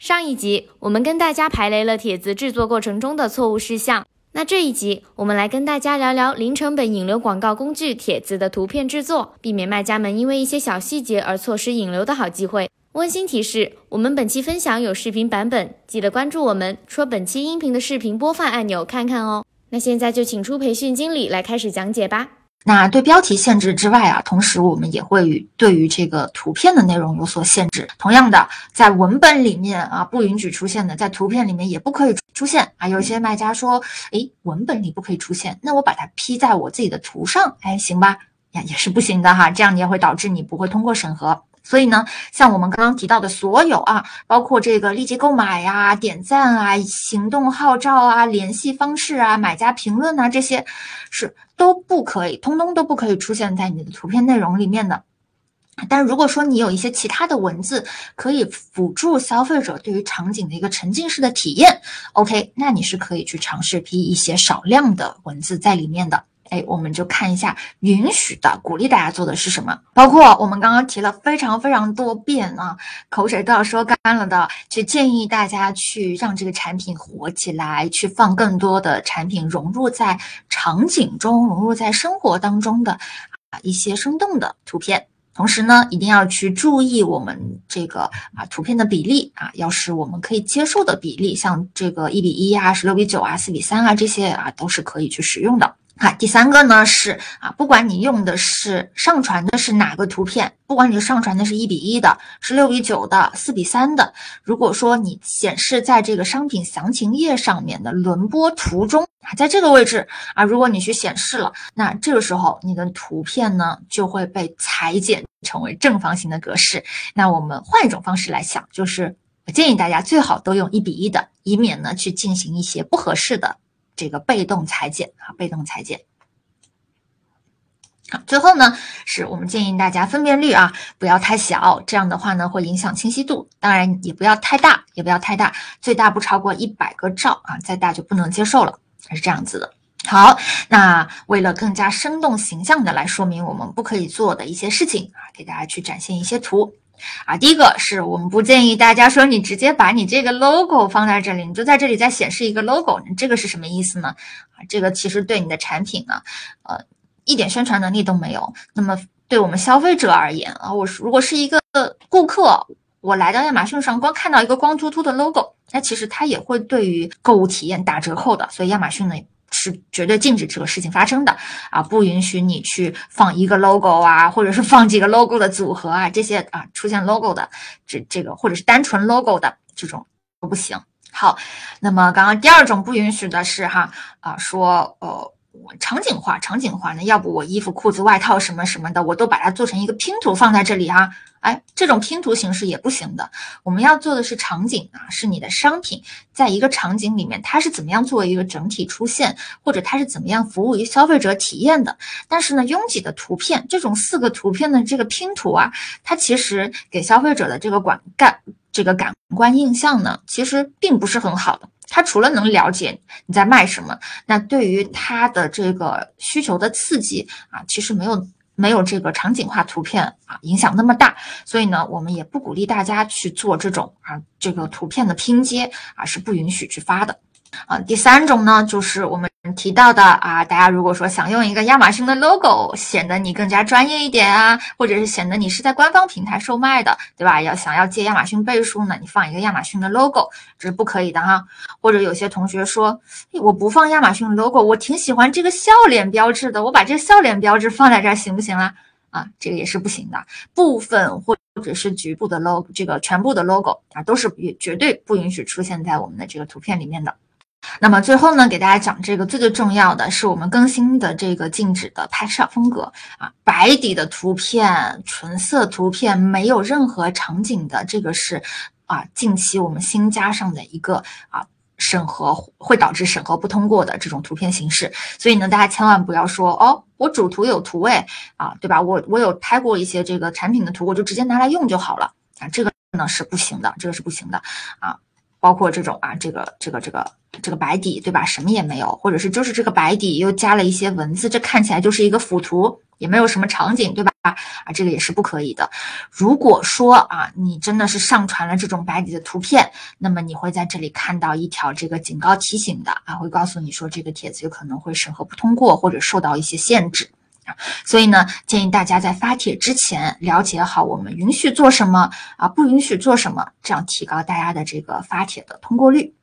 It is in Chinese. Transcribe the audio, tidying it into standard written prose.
上一集我们跟大家排雷了帖子制作过程中的错误事项，那这一集我们来跟大家聊聊零成本引流广告工具帖子的图片制作，避免卖家们因为一些小细节而错失引流的好机会。温馨提示，我们本期分享有视频版本，记得关注我们，戳本期音频的视频播放按钮看看哦。那现在就请出培训经理来开始讲解吧。 那对标题限制之外啊，同时我们也会对于这个图片的内容有所限制。同样的，在文本里面啊不允许出现的，在图片里面也不可以出现啊。有些卖家说，文本里不可以出现，那我把它披在我自己的图上，行吧？也是不行的哈，这样也会导致你不会通过审核。所以呢，像我们刚刚提到的所有啊，包括这个立即购买啊、点赞啊、行动号召啊、联系方式啊、买家评论啊，这些是都不可以，通通都不可以出现在你的图片内容里面的。但如果说你有一些其他的文字可以辅助消费者对于场景的一个沉浸式的体验 ，OK， 那你是可以去尝试批一些少量的文字在里面的。我们就看一下允许的鼓励大家做的是什么，包括我们刚刚提了非常多遍啊，口水都要说干了的，去建议大家去让这个产品火起来，去放更多的产品融入在场景中，融入在生活当中的一些生动的图片。同时呢，一定要去注意我们这个图片的比例啊，要是我们可以接受的比例，像这个1:1啊、16:9啊、4:3啊，这些都是可以去使用的。第三个呢是不管你用的是上传的是哪个图片，不管你上传的是1:1的、是6:9的、4:3的，如果说你显示在这个商品详情页上面的轮播图中在这个位置如果你去显示了，那这个时候你的图片呢就会被裁剪成为正方形的格式。那我们换一种方式来想，就是我建议大家最好都用1:1的，以免呢去进行一些不合适的这个被动裁剪被动裁剪。最后呢，是我们建议大家分辨率不要太小，这样的话呢会影响清晰度。当然也不要太大，最大不超过100个兆再大就不能接受了，是这样子的。好，那为了更加生动形象的来说明我们不可以做的一些事情给大家去展现一些图。第一个是我们不建议大家说你直接把你这个 logo 放在这里，你就在这里再显示一个 logo， 这个是什么意思呢？这个其实对你的产品呢，一点宣传能力都没有。那么对我们消费者而言我如果是一个顾客，我来到亚马逊上光看到一个光秃秃的 logo， 那其实它也会对于购物体验打折扣的。所以亚马逊呢是绝对禁止这个事情发生的不允许你去放一个 logo或者是放几个 logo 的组合这些出现 logo 的这个或者是单纯 logo 的这种都不行。好，那么刚刚第二种不允许的是说场景化呢，要不我衣服裤子外套什么什么的我都把它做成一个拼图放在这里这种拼图形式也不行的。我们要做的是场景是你的商品在一个场景里面它是怎么样作为一个整体出现，或者它是怎么样服务于消费者体验的。但是呢，拥挤的图片，这种4个图片的这个拼图它其实给消费者的这个感官印象呢，其实并不是很好的。他除了能了解你在卖什么，那对于他的这个需求的刺激其实没有这个场景化图片影响那么大。所以呢，我们也不鼓励大家去做这种这个图片的拼接是不允许去发的。第三种呢，就是我们提到的大家如果说想用一个亚马逊的 logo 显得你更加专业一点或者是显得你是在官方平台售卖的，对吧？想要借亚马逊背书呢，你放一个亚马逊的 logo 这是不可以的或者有些同学说我不放亚马逊 logo， 我挺喜欢这个笑脸标志的，我把这个笑脸标志放在这儿行不行这个也是不行的。部分或者是局部的 logo， 这个全部的 logo 都是绝对不允许出现在我们的这个图片里面的。那么最后呢，给大家讲这个最重要的是我们更新的这个禁止的拍摄风格白底的图片、纯色图片，没有任何场景的，这个是近期我们新加上的一个审核会导致审核不通过的这种图片形式。所以呢，大家千万不要说我主图有图对吧？我有拍过一些这个产品的图，我就直接拿来用就好了这个呢是不行的，包括这种这个白底，对吧？什么也没有，或者是就是这个白底又加了一些文字，这看起来就是一个辅图也没有什么场景，对吧？这个也是不可以的。如果说你真的是上传了这种白底的图片，那么你会在这里看到一条这个警告提醒的会告诉你说这个帖子有可能会审核不通过或者受到一些限制。所以呢，建议大家在发帖之前了解好我们允许做什么不允许做什么，这样提高大家的这个发帖的通过率。